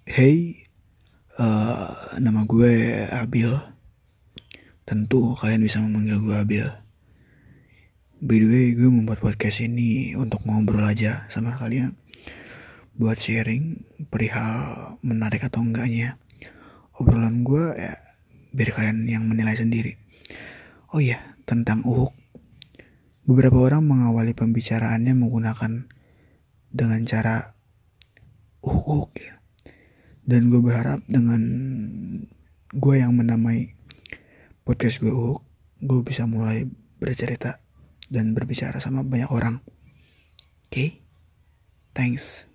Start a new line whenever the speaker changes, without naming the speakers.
Hey, nama gue Abil. Tentu kalian bisa memanggil gue Abil. By the way, gue membuat podcast ini untuk ngobrol aja sama kalian. Buat sharing perihal menarik atau enggaknya. Obrolan gue ya biar kalian yang menilai sendiri. Oh iya, tentang Uhuk. Beberapa orang mengawali pembicaraannya menggunakan dengan cara Uhuk. Dan gue berharap dengan gue yang menamai podcast gue bisa mulai bercerita dan berbicara sama banyak orang. Oke, thanks.